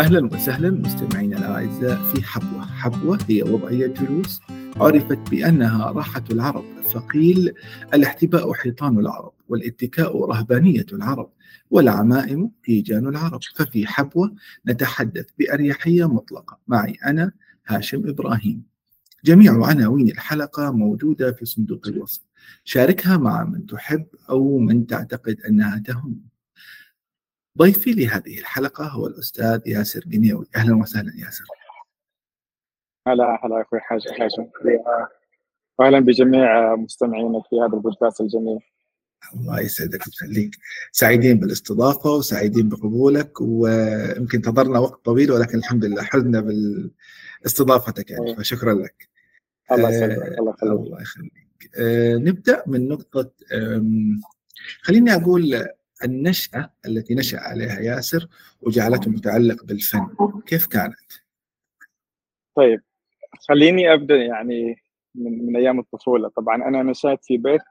أهلا وسهلا مستمعينا الأعزاء في حبوة. حبوة هي وضعية جلوس عرفت بأنها راحة العرب، فقيل الاحتباء حيطان العرب، والاتكاء رهبانية العرب، والعمائم تيجان العرب. ففي حبوة نتحدث بأريحية مطلقة. معي أنا هاشم إبراهيم. جميع عناوين الحلقة موجودة في صندوق الوصف، شاركها مع من تحب أو من تعتقد أنها تهم. ضيفي لهذه الحلقة هو الأستاذ ياسر قنيوي. أهلا وسهلا ياسر. هلا أخوي حاشم، وأهلا بجميع مستمعينك في هذا البودكاست الجميل. الله يسعدك ويخليك. سعيدين بالاستضافة وسعيدين بقبولك، ويمكن انتظرنا وقت طويل ولكن الحمد لله حزنا باستضافتك يعني، فشكرا لك. الله يسعدك. الله يخليك. نبدأ من نقطة، خليني أقول النشأة التي نشأ عليها ياسر وجعلته متعلق بالفن كيف كانت؟ طيب خليني أبدأ يعني من أيام الطفولة. طبعا أنا نشأت في بيت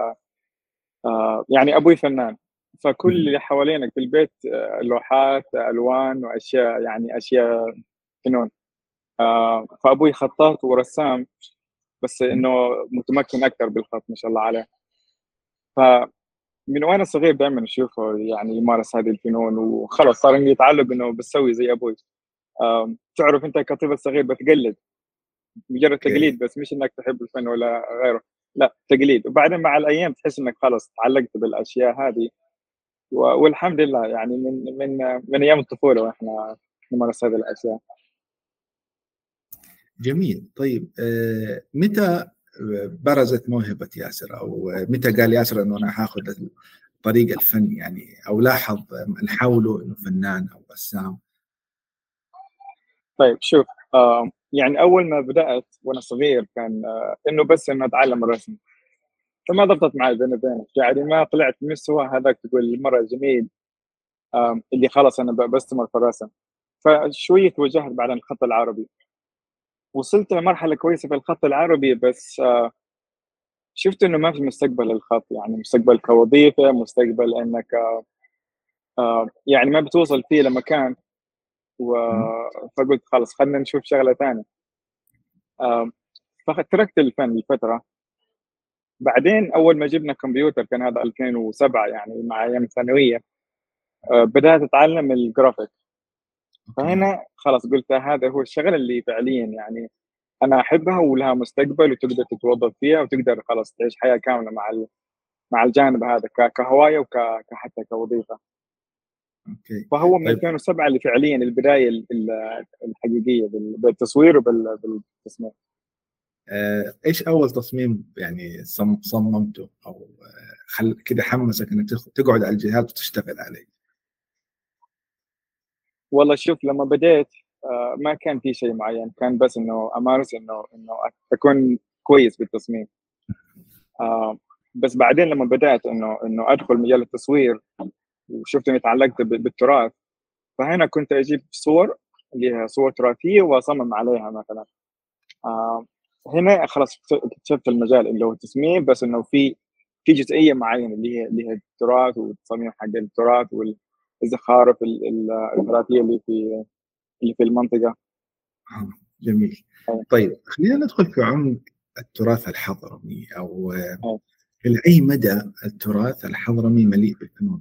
يعني أبوي فنان، فكل اللي حوالينك في البيت لوحات ألوان وأشياء، يعني أشياء فنون. فأبوي خطاط ورسام، بس إنه متمكن أكثر بالخط ما شاء الله عليه. فمن وأنا صغير دائما أشوفه يعني يمارس هذه الفنون، وخلص صار إني أتعلق إنه بسوي زي أبوي. تعرف أنت كطفل صغير بتقلد، مجرد تقليد بس، مش إنك تحب الفن ولا غيره، لا تقليد. وبعدين مع الأيام تحس إنك خلص تعلقت بالأشياء هذه، والحمد لله يعني من أيام الطفولة وإحنا نمارس هذه الأشياء. جميل. طيب متى برزت موهبة ياسر، أو متى قال ياسر أنه أنا هاخذ طريق الفن يعني، أو لاحظ من حوله أنه فنان أو رسام؟ طيب شوف، يعني أول ما بدأت وأنا صغير كان إنه بس إنه أتعلم الرسم، فما ضبطت معي بيني وبينك، يعني ما طلعت مستوى هذاك تقول مرة جميل اللي خلاص أنا بستمر في الرسم. فشوية توجهت بعد الخط العربي، وصلت لمرحلة كويسة في الخط العربي، بس شفت إنه ما في مستقبل للخط، يعني مستقبل كوظيفة، مستقبل إنك يعني ما بتوصل فيه لمكان. فقلت خلاص خلينا نشوف شغلة ثانية. فتركت الفن لفترة. بعدين أول ما جبنا كمبيوتر كان هذا 2007، يعني مع أيام الثانوية، بدأت أتعلم الجرافيك. فهنا خلاص قلت هذا هو الشغلة اللي فعليا يعني أنا أحبها ولها مستقبل، وتقدر تتوظف فيها وتقدر خلاص تعيش حياة كاملة مع الجانب هذا كهواية وحتى كوظيفة. أوكي. فهو من طيب 2007 اللي فعليا البداية الحقيقية بالتصوير وبالتصميم. إيش أول تصميم يعني صممته، أو كده حمسك إنك تقعد على الجهاز وتشتغل عليه؟ والله شوف، لما بديت ما كان في شيء معين، كان بس انه امارس انه اكون كويس بالتصميم. بس بعدين لما بدات انه ادخل مجال التصوير، وشفت اني تعلقت بالتراث، فهنا كنت اجيب صور اللي هي صور تراثيه واصمم عليها مثلا. هنا خلاص اكتشفت المجال اللي هو التصميم، بس انه في جزئيه معينه اللي هي التراث والتصاميم حق التراث والزخارف التراثيه اللي في المنطقه. جميل. طيب خلينا ندخل في عمق التراث الحضرمي، أو إلى أي مدى التراث الحضرمي مليء بالفنون؟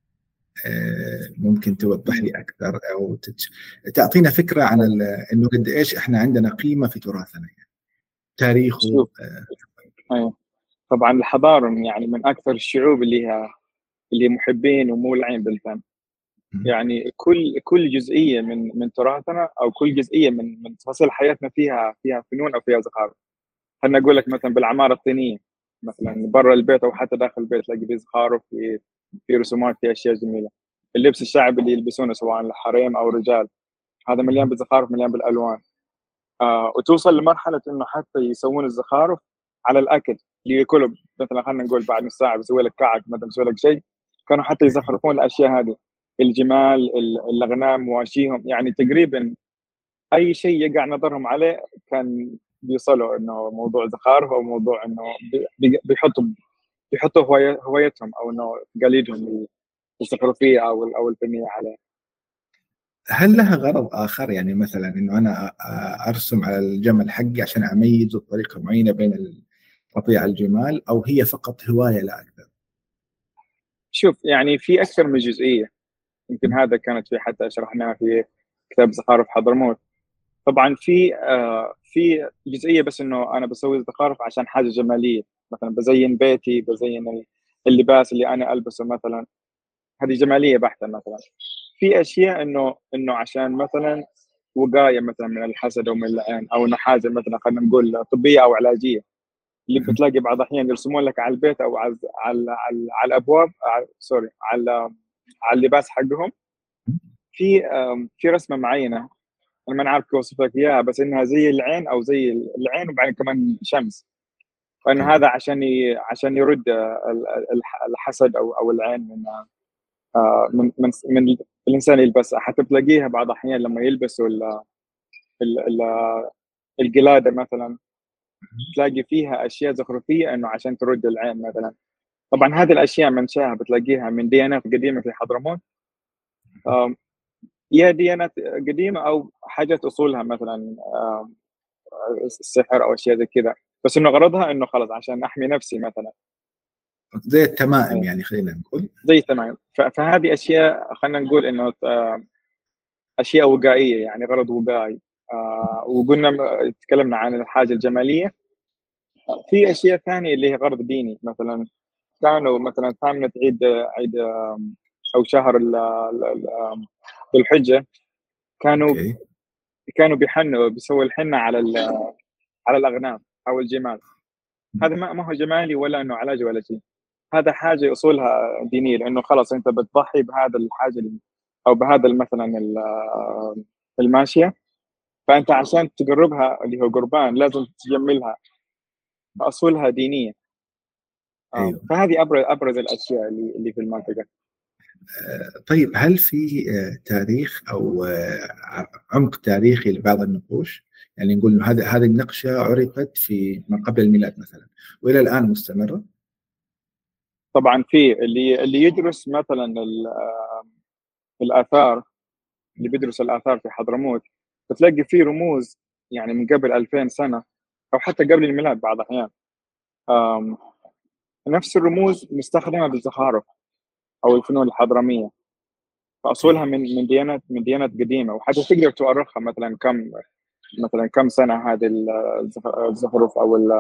ممكن توضح لي أكثر، أو تعطينا فكرة عن إنه قد إيش إحنا عندنا قيمة في تراثنا يعني. تاريخه. طبعا الحضارم يعني من أكثر الشعوب اللي محبين ومولعين بالفن. يعني كل جزئية من تراثنا، أو كل جزئية من تفاصيل حياتنا فيها فنون أو فيها زخارف. خلينا أقول لك مثلا بالعمارة الطينية، مثلا برا البيت أو حتى داخل البيت تلاقي فيه زخارف، في رسومات، في أشياء جميلة. اللبس الشعبي اللي يلبسونه سواء الحريم أو الرجال، هذا مليان بالزخارف، مليان بالألوان. وتوصل لمرحلة إنه حتى يسوون الزخارف على الأكل اللي ياكله. مثلا خلينا نقول بعد نص ساعة بيسوي لك كعك، مثلا بيسوي لك شيء، كانوا حتى يزخرفون الأشياء هذه، الجمال، الأغنام، مواشيهم، يعني تقريبا أي شيء يقع نظرهم عليه كان بيوصلوا إنه موضوع زخارف، أو موضوع إنه بيحطوا هوايتهم، أو إنه تقاليدهم الزخرفية أو الفنية عليه. هل لها غرض آخر؟ يعني مثلا إنه أنا أرسم على الجمل حقي عشان أميزه بطريقة معينة بين قطيع الجمال، أو هي فقط هواية لا أكثر؟ شوف يعني في اكثر من جزئيه، يمكن هذا كانت في حتى شرحناها في كتاب زخارف حضرموت. طبعا في جزئيه بس انه انا بسوي زخارف عشان حاجه جماليه، مثلا بزين بيتي، بزين اللباس اللي انا البسه مثلا، هذه جماليه بحته مثلا. في اشياء انه عشان مثلا وقايه مثلا من الحسد او من العين، او انه حاجه مثلا خلينا نقول طبيه او علاجيه، اللي بتلاقي بعض الاحيان يرسمون لك على البيت او على الابواب، سوري، على اللباس حقهم. في رسمه معينه، انا ما نعرف كيف اوصف لك اياها، بس انها زي العين او زي العين وبعدين كمان شمس، وانه أوكي. هذا عشان يرد الحسد او العين من الانسان يلبسها. حتى تلاقيها بعض الاحيان لما يلبسوا ال- القلاده مثلا، تلاقي فيها اشياء زخرفيه انه عشان ترد العين مثلا. طبعا هذه الاشياء منشاها بتلاقيها من ديانات قديمه في حضرموت، آم، يا ديانات قديمه او حاجات اصولها مثلا السحر او اشياء زي كذا، بس انه غرضها انه خلص عشان احمي نفسي مثلا. زي التمائم أي. يعني، خلينا نقول. زي تمام. فهذه اشياء خلينا نقول انه اشياء وقائيه، يعني غرض وقائي. وقلنا تكلمنا عن الحاجه الجماليه. في اشياء ثانيه اللي هي غرض ديني، مثلا كانوا مثلا ثامنة عيد او شهر ذو الحجه، كانوا اوكي. كانوا بيسووا الحنه على الاغنام او الجمال. هذا ما هو جمالي ولا انه علاجي ولا شيء، هذا حاجه اصولها دينيه، لانه خلاص انت بتضحي بهذا الحاجه او بهذا مثلا الماشيه، فانت عشان تقربها اللي هو قربان لازم تجملها، فاصولها دينيه. ايوه. فهذه ابرز الاشياء اللي في المنطقه. طيب، هل في تاريخ او عمق تاريخي لبعض النقوش؟ يعني نقول انه هذه النقشه عرفت في ما قبل الميلاد مثلا، والى الان مستمره. طبعا في اللي يدرس مثلا الاثار، اللي بيدرس الاثار في حضرموت، بتلاقي في رموز يعني من قبل 2000 سنه او حتى قبل الميلاد بعض الاحيان. آم، نفس الرموز مستخدمه بالزخارف او الفنون الحضرميه، فاصولها اوكي. من ديانات قديمه، وحتى تقدر تؤرخها مثلا كم سنه هذه الزخرف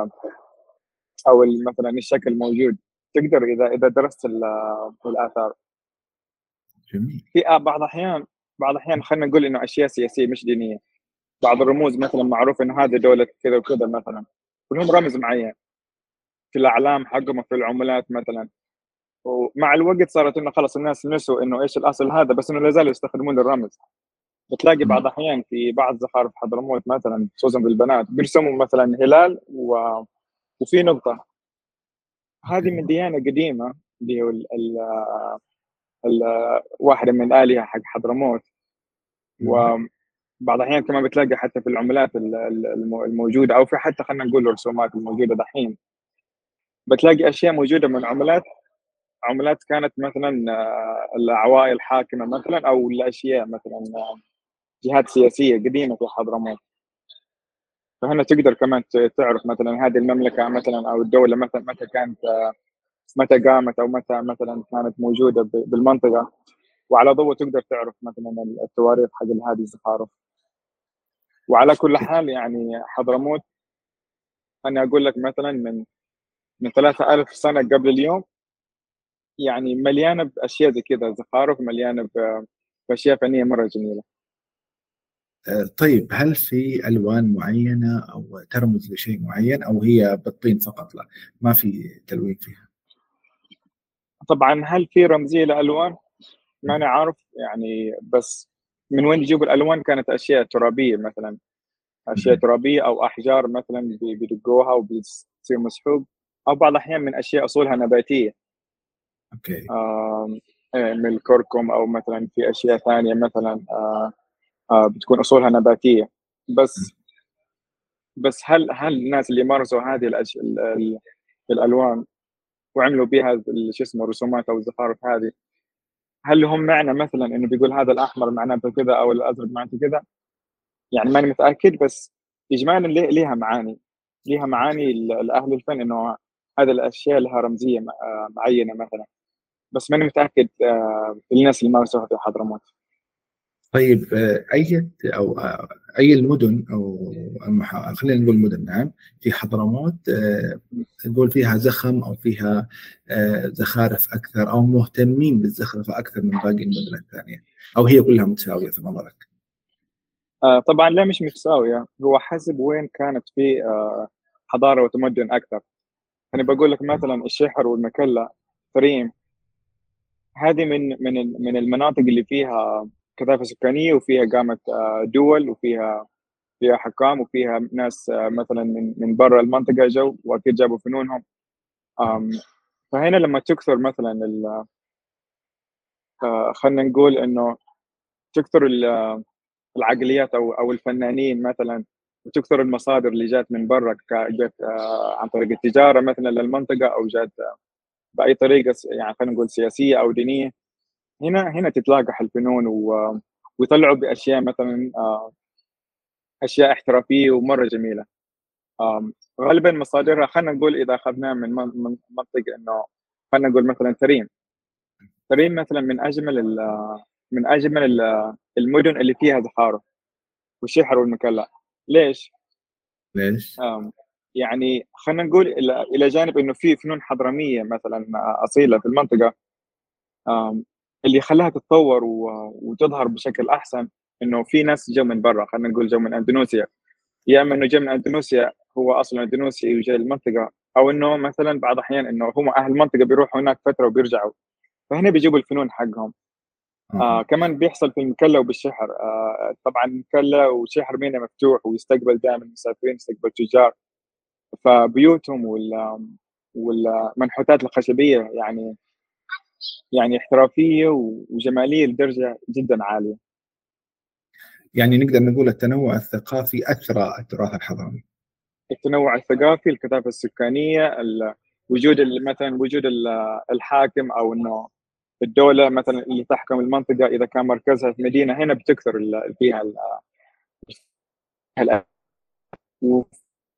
مثلا الشكل موجود. تقدر اذا درست الاثار. جميل. في بعض الاحيان خلينا نقول انه اشياء سياسيه مش دينيه. بعض الرموز مثلا معروف انه هذه دوله كذا وكذا مثلا، ولهم رمز معين في الاعلام حقهم في العملات مثلا. ومع الوقت صارت انه خلاص الناس نسوا انه ايش الاصل هذا، بس انه لا زالوا يستخدمون الرمز. بتلاقي بعض الاحيان في بعض زخارف حضرموت مثلا خصوصا بالبنات بيرسموا مثلا هلال وفي نقطه. هذه اوكي. من ديانه قديمه، اللي هو واحده من الالهه حق حضرموت. وبعض الاحيان كمان بتلاقي حتى في العملات الموجوده، او في حتى خلينا نقول الرسومات الموجوده دحين، بتلاقي اشياء موجوده من عملات كانت مثلا العوائل الحاكمه مثلا، او الاشياء مثلا جهات سياسيه قديمه في حضرموت. فهنا تقدر كمان تعرف مثلا هذه المملكه مثلا او الدوله مثلا متى قامت، او متى مثلا كانت موجوده بالمنطقه. وعلى ضوء تقدر تعرف مثلا التواريخ حق هذه الزخارف. وعلى كل اوكي. حال يعني حضرموت، انا اقول لك مثلا من 3000 سنه قبل اليوم، يعني مليانه باشياء زي كذا، زخارف مليانه باشياء فنيه مره جميله. طيب، هل في الوان معينه او ترمز لشيء معين، او هي بالطين فقط، لا ما في تلوين فيها؟ طبعا هل في رمزيه لالوان؟ ما انا عارف يعني، بس من وين يجيبوا الالوان؟ كانت اشياء ترابيه مثلا، اشياء ترابيه او احجار مثلا بيدقوها وبيصير مسحوب، او بعض الاحيان من اشياء اصولها نباتيه. اوكي. آم، من الكركم، او مثلا في اشياء ثانيه مثلا بتكون اصولها نباتيه. بس بس هل الناس اللي مارسوا هذه الالوان وعملوا بها شو اسمه الرسومات او الزخارف هذه، هل هم معنى مثلا انه بيقول هذا الاحمر معناته كذا او الازرق معناته كذا؟ يعني ماني متاكد، بس اجمالا ليها معاني، ليها معاني لاهل الفن، انه هذه الاشياء لها رمزيه معينه مثلا، بس ماني متاكد الناس اللي مارسوها في حضرموت. طيب أي المدن أو خلينا نقول مدن، نعم، في حضرموت نقول فيها زخم أو فيها زخارف أكثر أو مهتمين بالزخرفة أكثر من باقي المدن الثانية، أو هي كلها متساوية في نظرك؟ طبعا لا، مش متساويه، هو حسب وين كانت في حضاره وتمدن اكثر. انا بقول لك مثلا الشحر والمكلا، فريم، هذه من المناطق اللي فيها كثافه سكانيه، وفيها قامت دول، فيها حكام، وفيها ناس مثلا من برا المنطقه جو، واكيد جابوا فنونهم. آم، فهنا لما تكثر مثلا خلينا نقول انه تكثر العقليات او الفنانين مثلا، وتكثر المصادر اللي جات من برا، جات عن طريق التجاره مثلا للمنطقه، او جات باي طريقه يعني خلينا نقول سياسيه او دينيه. هنا تتلاقح الفنون ويطلعوا باشياء مثلا اشياء احترافيه ومره جميله. غالبا مصادرها خلينا نقول اذا اخذناها من منطق انه خلينا نقول مثلا تريم مثلا من اجمل المدن اللي فيها زخارف والشحر والمكلا. ليش؟ ليش؟ يعني خلينا نقول الى جانب انه في فنون حضرميه مثلا اصيله في المنطقه، اللي خلاها تتطور وتظهر بشكل احسن، انه في ناس جو من برا، خلينا نقول جو من اندونيسيا، يا اما انه جو من اندونيسيا هو اصلا اندونيسي وجاي المنطقه، او انه مثلا بعض الاحيان انه هم اهل المنطقه بيروحوا هناك فتره وبيرجعوا، فهنا بيجيبوا الفنون حقهم. كمان بيحصل في المكلا وبالشحر. طبعا المكلا والشحر ميناء مفتوح ويستقبل دائما المسافرين، يستقبل تجار، فبيوتهم والمنحوتات الخشبيه يعني احترافيه وجماليه لدرجه جدا عاليه. يعني نقدر نقول التنوع الثقافي أثرى التراث الحضاري. التنوع الثقافي، الكثافه السكانيه، وجود مثلا وجود الحاكم، او انه الدوله مثلا اللي تحكم المنطقه اذا كان مركزها في مدينه، هنا بتكثر فيها ومنطق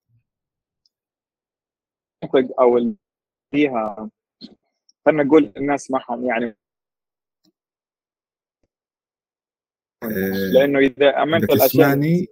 او فيها خلينا نقول الناس معهم يعني، لانه اذا إذا امنت الاشياء. تسمعني،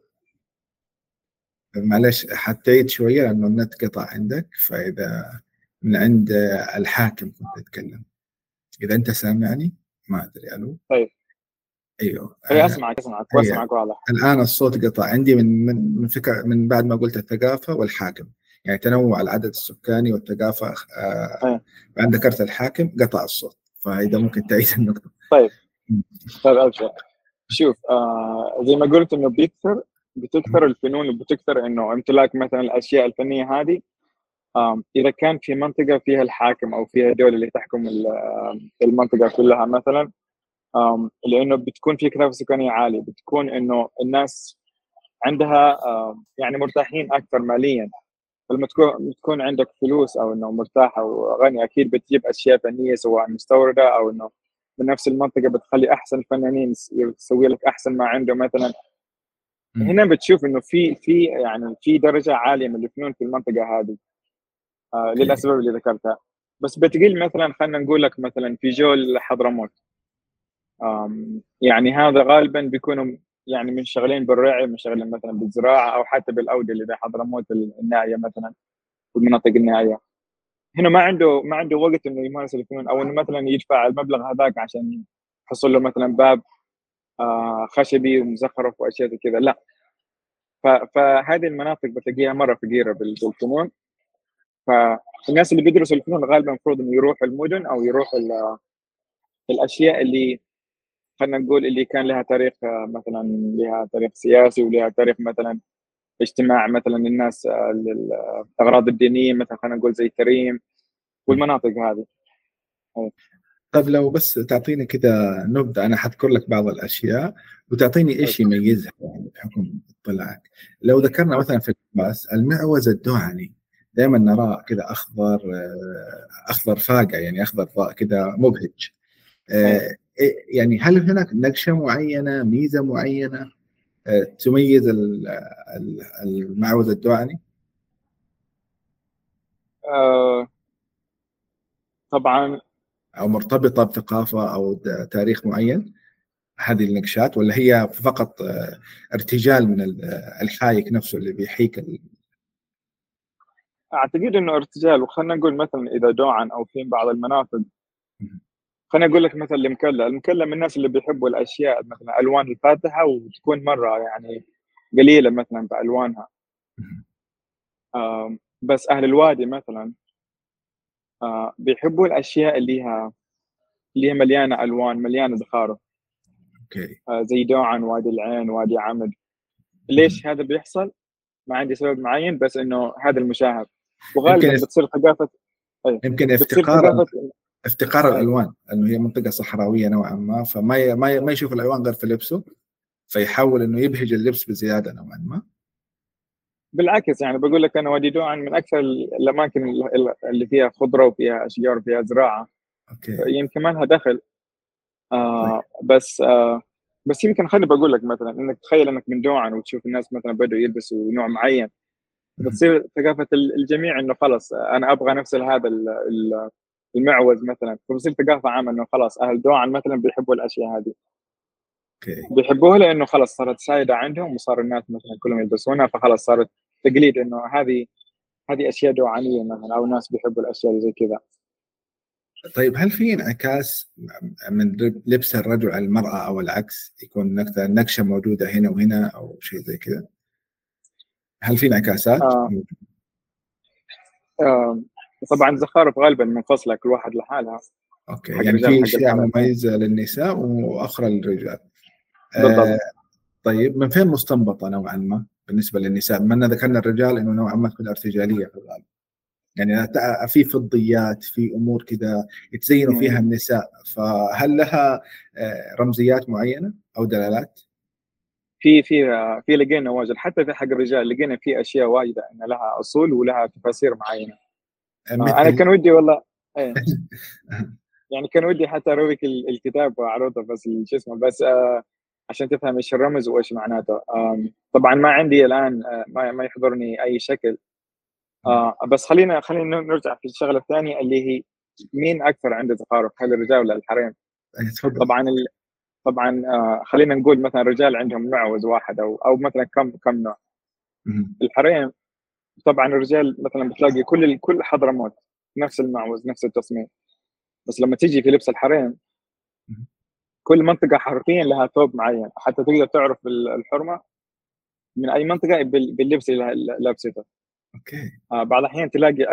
معلش حتى شوية لأنه النت قطع عندك، فإذا من عند الحاكم كنت أتكلم، إذا أنت سامعني، ما أدري. ألو؟ طيب، أيوه. هي اسمعك هي واسمعك واضح. الآن الصوت قطع عندي من فكرة من بعد ما قلت الثقافة والحاكم، يعني تنوع العدد السكاني والثقافة. بعد ذكرت الحاكم قطع الصوت، فإذا ممكن تعيد النقطة. طيب طيب ابشر. شوف، زي ما قلت انه بتكثر الفنون، وبتكثر انه امتلاك مثلا الاشياء الفنيه هذه. اذا كان في منطقه فيها الحاكم او فيها دوله اللي تحكم المنطقه كلها مثلا، لانه بتكون في كثافه سكانيه عاليه، بتكون انه الناس عندها يعني مرتاحين اكثر ماليا. فلما تكون عندك فلوس، او انه مرتاح او غني، اكيد بتجيب اشياء فنيه سواء مستورده او انه من نفس المنطقه، بتخلي احسن الفنانين تسوي لك احسن ما عنده مثلا. هنا بتشوف انه في درجه عاليه من الفنون في المنطقه هذه، للاسباب اللي ذكرتها. بس بتقل مثلا، خلينا نقول لك مثلا في جول حضرموت، يعني هذا غالبا بيكونوا يعني منشغلين بالرعي، منشغلين مثلا بالزراعه، او حتى بالاوديه اللي زي حضرموت النائيه مثلا، والمناطق النائيه. هنا ما عنده وقت انه يمارس الفنون، او انه مثلا يدفع المبلغ هذاك عشان يحصل له مثلا باب خشبي ومزخرف واشياء زي كذا، لا. فهذه المناطق بتلاقيها مره فقيره بالفنون. فالناس اللي بيدرسوا الفنون غالبا المفروض انه يروحوا المدن، او يروحوا الاشياء اللي خلينا نقول اللي كان لها تاريخ، مثلا لها تاريخ سياسي، ولها تاريخ مثلا اجتماع مثلا الناس للاغراض الدينيه، مثلا خلينا نقول زي كريم والمناطق هذه. طيب لو بس تعطيني كذا نبذة، أنا حذكر لك بعض الأشياء وتعطيني إيش يميزها يعني بحكم اطلاعك. لو ذكرنا مثلا في الباس المعوز الدهني، دائما نراه كذا أخضر، أخضر فاقع، يعني أخضر كذا مبهج. يعني هل هناك نكشة معينة، ميزة معينة تميز المعوذ الدعاني؟ طبعا. أو مرتبطة بثقافة أو تاريخ معين هذه النكشات، ولا هي فقط ارتجال من الحايك نفسه اللي بيحيك اعتقد انه ارتجال. وخلنا نقول مثلا اذا دوعا او في بعض المناطق، خليني اقول لك مثلا المكلا من الناس اللي بيحبوا الاشياء مثلا الوان الفاتحه، وتكون مره يعني قليله مثلا بالوانها. بس اهل الوادي مثلا بيحبوا الاشياء اللي هي مليانه الوان، مليانه زخارف. اوكي. زي دوعا، وادي العين، وادي عمد. ليش هذا بيحصل؟ ما عندي سبب معين، بس انه هذا المشاهد. وغالبا يمكن بتصير ثقافه. اي، يمكن بتصير افتقار ثقافه. اي، الالوان، انه هي منطقه صحراويه نوعا ما، فما ما يشوف الالوان غير في لبسه، فيحاول انه يبهج اللبس بزياده نوعا ما. بالعكس يعني بقول لك انا وادي دوعا من اكثر الاماكن اللي فيها خضره وفيها اشجار وفيها زراعه. اوكي. يمكن ما لها دخل. طيب. بس يمكن خليني بقول لك مثلا انك تخيل انك من دوعا وتشوف الناس مثلا بدوا يلبسوا نوع معين، بتصير ثقافه الجميع انه خلاص انا ابغى نفس هذا المعوز مثلا. فبصير ثقافه عامه انه خلاص اهل دوعا مثلا بيحبوا الاشياء هذه، اوكي. بيحبوها لانه خلاص صارت سائده عندهم، وصار الناس مثلا كلهم يلبسونها، فخلاص صارت تقليد انه هذه اشياء دوعانيه مثلا، او الناس بيحبوا الاشياء اللي زي كذا. طيب هل في انعكاس من لبس الرجل على المرأة أو العكس، يكون نكشة موجودة هنا وهنا أو شيء زي كذا؟ هل في انعكاسات؟ آه آه طبعا الزخارف غالبا منفصله كل واحد لحالها، أوكي، حق يعني الرجال في وحق أشياء الحرم. مميزة للنساء وأخرى للرجال. بالضبط. آه. طيب من فين مستنبطة نوعا ما بالنسبة للنساء؟ بما أن ذكرنا الرجال أنه نوعا ما تكون ارتجالية في الغالب، يعني في فضيات، في أمور كذا يتزينوا فيها النساء، فهل لها رمزيات معينة أو دلالات؟ في لقينا واجد، حتى في حق الرجال لقينا في اشياء واجده ان لها اصول ولها تفاسير معينه. انا مثل. كان ودي والله. ايه، يعني كان ودي حتى ارويك الكتاب واعرضه، بس شو اسمه، بس عشان تفهم ايش الرمز وايش معناته. طبعا ما عندي الان ما يحضرني اي شكل. بس خلينا نرجع في الشغله الثانيه اللي هي مين اكثر عنده زخارف، هل الرجال ولا الحريم؟ تفضل. طبعا طبعا خلينا نقول مثلا الرجال عندهم معوز واحد او مثلا كم نوع. الحريم طبعا الرجال مثلا بتلاقي كل حضرموت نفس المعوز نفس التصميم، بس لما تيجي في لبس الحريم كل منطقه حرفيا لها ثوب معين، حتى تقدر تعرف الحرمه من اي منطقه باللبس اللي لابسته. اوكي. بعض الاحيان تلاقي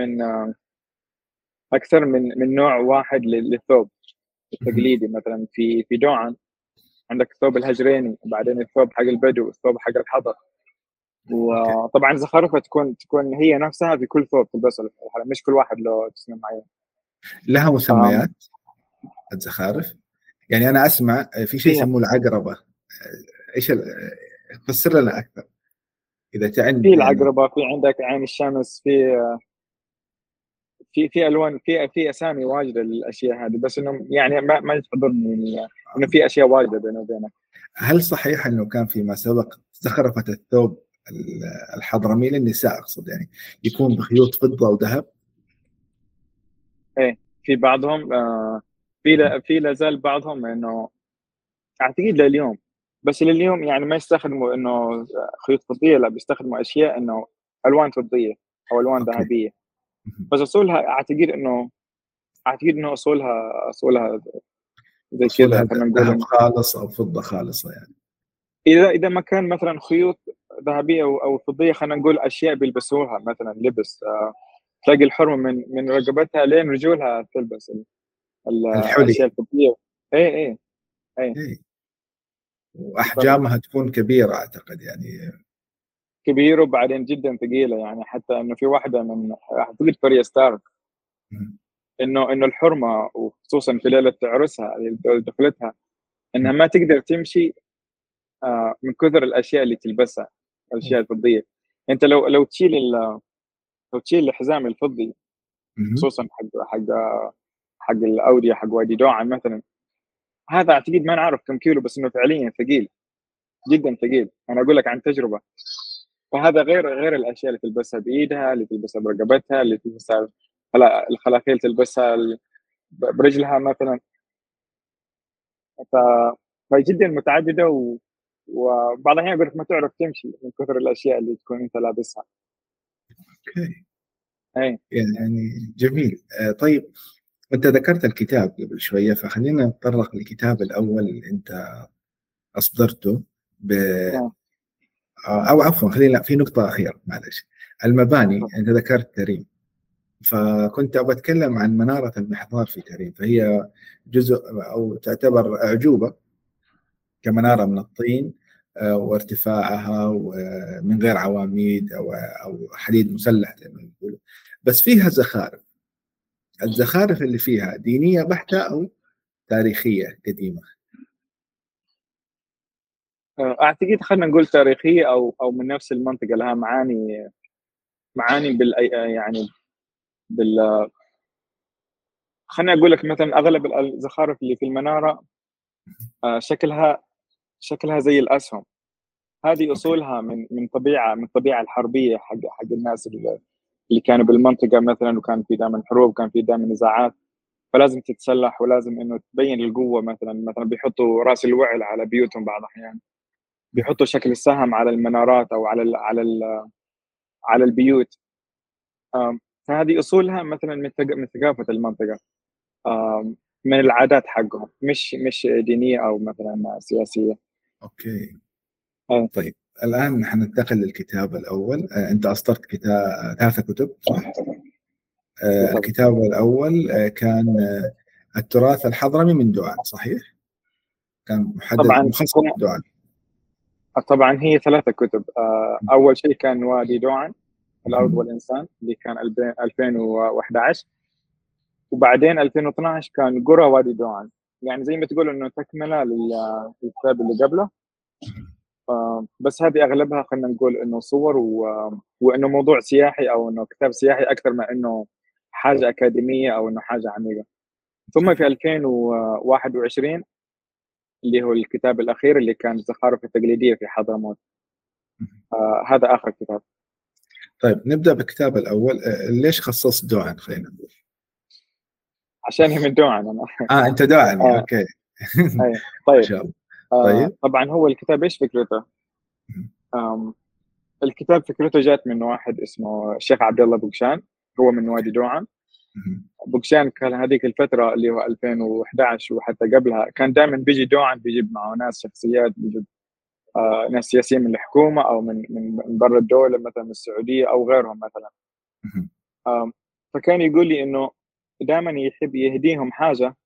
اكثر من نوع واحد للثوب التقليدي. مثلا في دوعا عندك الثوب الهجريني، بعدين الثوب حق البدو، الثوب حق الحضر. اوكي. وطبعا زخارفها تكون هي نفسها في كل ثوب تلبسه، مش كل واحد له تصميم معين. لها مسميات الزخارف؟ يعني انا اسمع في شيء فيها يسموه العقربه، ايش فسر لنا اكثر اذا في يعني. العقربه، في عندك عين الشمس، في الوان، في اسامي واجده للاشياء هذه، بس انه يعني ما يحضرني انه في اشياء واجده بينه وبينك. هل صحيح انه كان فيما سبق زخرفه الثوب الحضرمي للنساء اقصد، يعني يكون بخيوط فضه وذهب؟ ايه، في بعضهم في لا زال بعضهم انه اعتقد لليوم، بس لليوم يعني ما يستخدموا انه خيوط فضيه، لا بيستخدموا اشياء انه الوان فضيه او الوان اوكي. ذهبيه. بس اصولها اعتقد انه اصولها زي اصولها كذا. خلينا نقول ذهب إنه خالص او فضه خالصه يعني. اذا ما كان مثلا خيوط ذهبيه او فضيه، خلينا نقول اشياء بيلبسوها مثلا لبس، تلاقي الحرمه من رقبتها لين رجولها تلبس الاشياء الحلي. الفضيه. ايه ايه ايه. إيه. واحجامها تكون كبيره اعتقد يعني. كبيره وبعدين جدا ثقيله، يعني حتى انه في واحده من اعتقد كوريا ستار، انه الحرمه وخصوصا في ليله عرسها اللي دخلتها انها ما تقدر تمشي من كثر الاشياء اللي تلبسها، الاشياء الفضيه. انت لو تشيل الحزام الفضي، خصوصا حق الاوديه، حق وادي دوعا مثلا، هذا اعتقد ما نعرف كم كيلو، بس انه فعليا ثقيل جدا، ثقيل. انا اقول لك عن تجربه. فهذا غير الاشياء اللي تلبسها بايدها، اللي تلبسها برقبتها، اللي تلبسها الخلاخيل تلبسها برجلها مثلا. ف... فهي جدا متعدده وبعض الاحيان يقول لك ما تعرف تمشي من كثر الاشياء اللي تكون انت لابسها. اوكي. اي يعني جميل. طيب، انت ذكرت الكتاب قبل شويه، فخلينا نتطرق للكتاب الاول اللي انت اصدرته ب آه. او عفوا، خلينا في نقطه اخيره، معلش. المباني، انت ذكرت تريم، فكنت ابغى اتكلم عن مناره المحضار في تريم. فهي جزء او تعتبر اعجوبه كمناره من الطين، وارتفاعها ومن غير عواميد او حديد مسلح زي ما يقولوا، بس فيها زخارف. الزخارف اللي فيها دينيه بحته او تاريخيه قديمه؟ اعتقد خلينا نقول تاريخيه او من نفس المنطقه، لها معاني يعني بال خليني اقول لك مثلا اغلب الزخارف اللي في المناره شكلها زي الاسهم. هذه اوكي. اصولها من الطبيعه الحربيه حق الناس اللي كانوا بالمنطقه مثلا، وكان في دائما حروب، كان في دائما نزاعات، فلازم تتسلح ولازم انه تبين القوه. مثلا بيحطوا راس الوعل على بيوتهم بعض الاحيان، بيحطوا شكل السهم على المنارات او على البيوت. فهذه اصولها مثلا من ثقافه المنطقه، من العادات حقهم، مش دينيه او مثلا سياسيه. اوكي. أي. طيب، الان حننتقل للكتاب الاول. انت اصدرت كتاب 3 كتب، صح؟ بالضبط. الكتاب الاول كان التراث الحضرمي من دعان، صحيح؟ كان محدد طبعا مخصص لدعان. طبعا هي 3 كتب. اول شيء كان وادي دعان، الارض مهم. والانسان، اللي كان 2011. وبعدين 2012 كان قرى وادي دعان، يعني زي ما تقول انه تكمله للكتاب اللي قبله. بس هذه اغلبها خلينا نقول انه صور وانه موضوع سياحي، او انه كتاب سياحي اكثر ما انه حاجه اكاديميه او انه حاجه عميقه. ثم في 2021 اللي هو الكتاب الاخير اللي كان الزخارف التقليديه في حضرموت. هذا اخر كتاب. طيب، نبدا بالكتاب الاول. ليش خصصت دعان، خلينا نقول؟ عشان هي من دعان انا. انت داعني، آه اوكي. اي ما طيب. شاء الله. طيب. طبعا هو الكتاب ايش فكرته؟ آم الكتاب فكرته جات من واحد اسمه الشيخ عبد الله بوكشان، هو من وادي دعان. بوكشان كان هذيك الفتره اللي هو 2011 وحتى قبلها كان دائما بيجي دعان، بيجيب معه ناس شخصيات، بيجيب ناس سياسيين من الحكومه او من برا الدوله، مثلا من السعوديه او غيرهم مثلا. فكان يقول لي انه دائما يحب يهديهم حاجه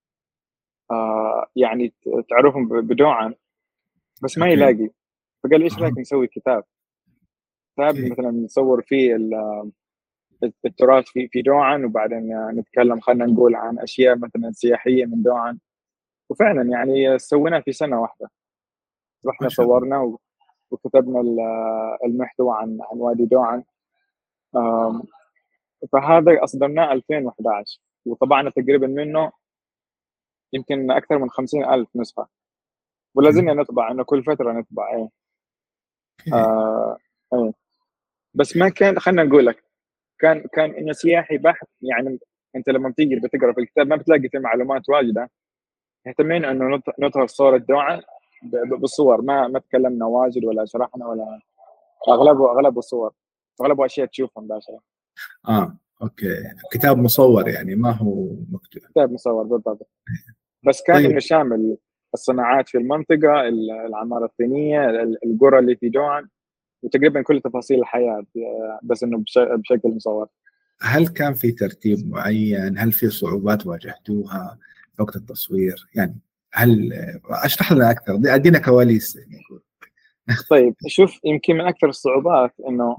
يعني تعرفهم بدعان، بس ما اوكي. يلاقي. فقال لي ايش رايك نسوي كتاب اوكي. مثلا نصور فيه التراث في دعان، وبعدين نتكلم خلينا نقول عن اشياء مثلا سياحيه من دعان. وفعلا يعني سويناه في سنه واحده، ما رحنا شاء الله. صورنا وكتبنا المحتوى عن وادي دعان. آم، فهذا اصدرناه 2011، وطبعنا تقريبا منه يمكن اكثر من 50,000 نسخه، ولا اوكي. زلنا نطبع، انه كل فتره نطبع. ايه. اوكي. آه ايه. بس ما كان، خلينا نقول لك، كان انه سياحي بحت يعني. انت لما بتيجي بتقرا في الكتاب ما بتلاقي فيه معلومات واجده، اهتمينا انه نظهر صوره دعاء بالصور، ما تكلمنا واجد ولا شرحنا ولا. اغلبه صور، اغلبه اشياء تشوفها مباشره. اوكي. كتاب مصور يعني، ما هو مكتوب. كتاب مصور بالضبط. بس كان انه طيب. شامل الصناعات في المنطقه، العماره الطينيه، القرى اللي في دعاء، وتقريبا كل تفاصيل الحياه، بس انه بشكل مصور. هل كان في ترتيب معين؟ هل في صعوبات واجهتوها في وقت التصوير يعني؟ هل اشرح لنا اكثر، ادينا كواليس يعني نقول. طيب شوف، يمكن من اكثر الصعوبات انه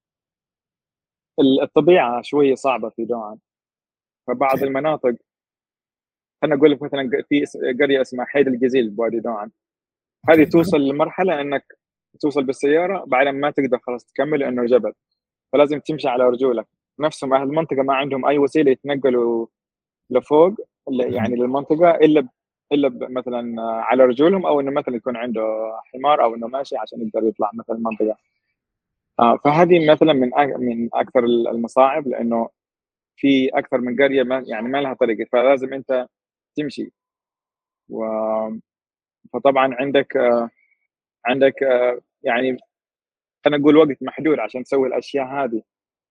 الطبيعه شويه صعبه في دعاء. فبعض اوكي. المناطق، انا اقول لك مثلا في قريه اسمها حيد الجزيل بوادي دعان. هذه اوكي. توصل لمرحله انك توصل بالسياره بعدين ما تقدر خلاص تكمل لانه جبل، فلازم تمشي على رجولك. نفسهم اهل المنطقه ما عندهم اي وسيله يتنقلوا لفوق، يعني للمنطقه، الا الا مثلا على رجولهم، او انه مثلا يكون عنده حمار او انه ماشي عشان يقدر يطلع مثلا المنطقه. فهذه مثلا من اكثر المصاعب، لانه في اكثر من قريه ما يعني ما لها طريق، فلازم انت تمشي. و فطبعا عندك يعني خلينا نقول وقت محدود عشان تسوي الاشياء هذه.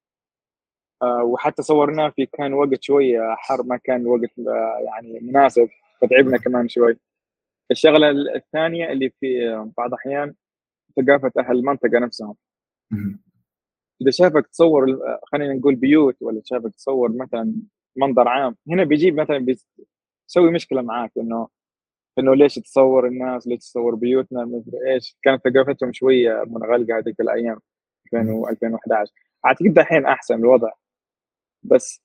وحتى صورناه في كان وقت شويه حر، ما كان وقت يعني مناسب، فتعبنا كمان شوي. الشغله الثانيه اللي في بعض الاحيان ثقافه اهل المنطقه نفسهم. اذا شافك تصور خلينا نقول بيوت، ولا شافك تصور مثلا منظر عام، هنا بيجيب مثلا بيسوي مشكله معاك، انه ليش تصور الناس، ليش تصور بيوتنا، مدري ايش. كانت ثقافتهم شويه منغلقه هذيك الايام 2011. اعتقد دحين احسن الوضع. بس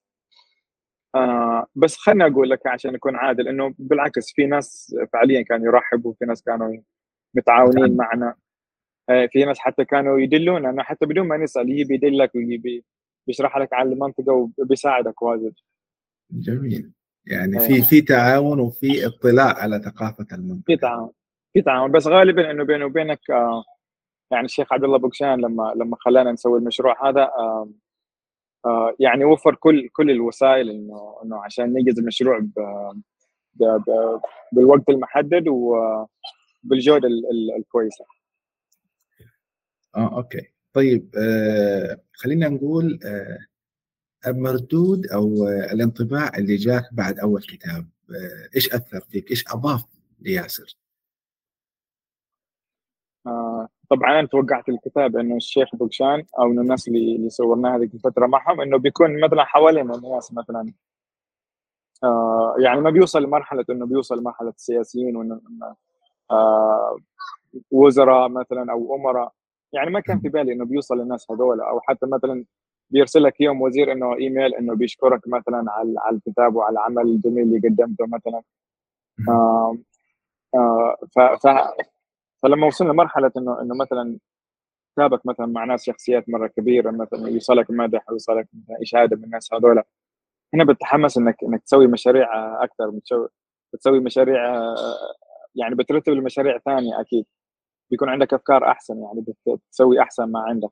بس خليني اقول لك عشان اكون عادل، انه بالعكس في ناس فعليا كانوا يرحبوا، في ناس كانوا متعاونين معنا. في ناس حتى كانوا يدلونا، انه حتى بدون ما نسال يجي يدلك ويجي بيشرح لك عن المنطقه وبيساعدك واجد. جميل. يعني إيه، في تعاون وفي اطلاع على ثقافة في المنطقة. تعاون، في تعاون، بس غالبا انه بينه وبينك يعني الشيخ عبد الله بوكشان لما خلانا نسوي المشروع هذا، يعني وفر كل الوسائل، انه عشان ننجز المشروع بالوقت المحدد وبالجوده الكويسه. اوكي. طيب، خلينا نقول المردود او الانطباع اللي جاك بعد اول كتاب، ايش اثر فيك؟ ايش اضاف لياسر؟ طبعا انا توقعت الكتاب انه الشيخ بوكشان او انه الناس اللي صورناها هذيك الفتره معهم، انه بيكون مثلا حوالينا الناس مثلا يعني ما بيوصل لمرحله انه بيوصل لمرحله السياسيين، وانه آه وزراء مثلا او امراء. يعني ما كان في بالي انه بيوصل للناس هذول، او حتى مثلا بيرسل لك يوم وزير انه ايميل انه بيشكرك مثلا على الكتاب وعلى العمل الجميل اللي قدمته مثلا. آه آه ف ف فلما وصلنا لمرحله انه مثلا كتابك مثلا مع ناس شخصيات مره كبيره، مثلا يوصلك مدح، يوصلك مثلا اشاده من الناس هذول، هنا بتتحمس انك تسوي مشاريع اكثر، بتسوي مشاريع يعني بترتب المشاريع ثانيه اكيد، بيكون عندك افكار احسن، يعني بتسوي احسن ما عندك.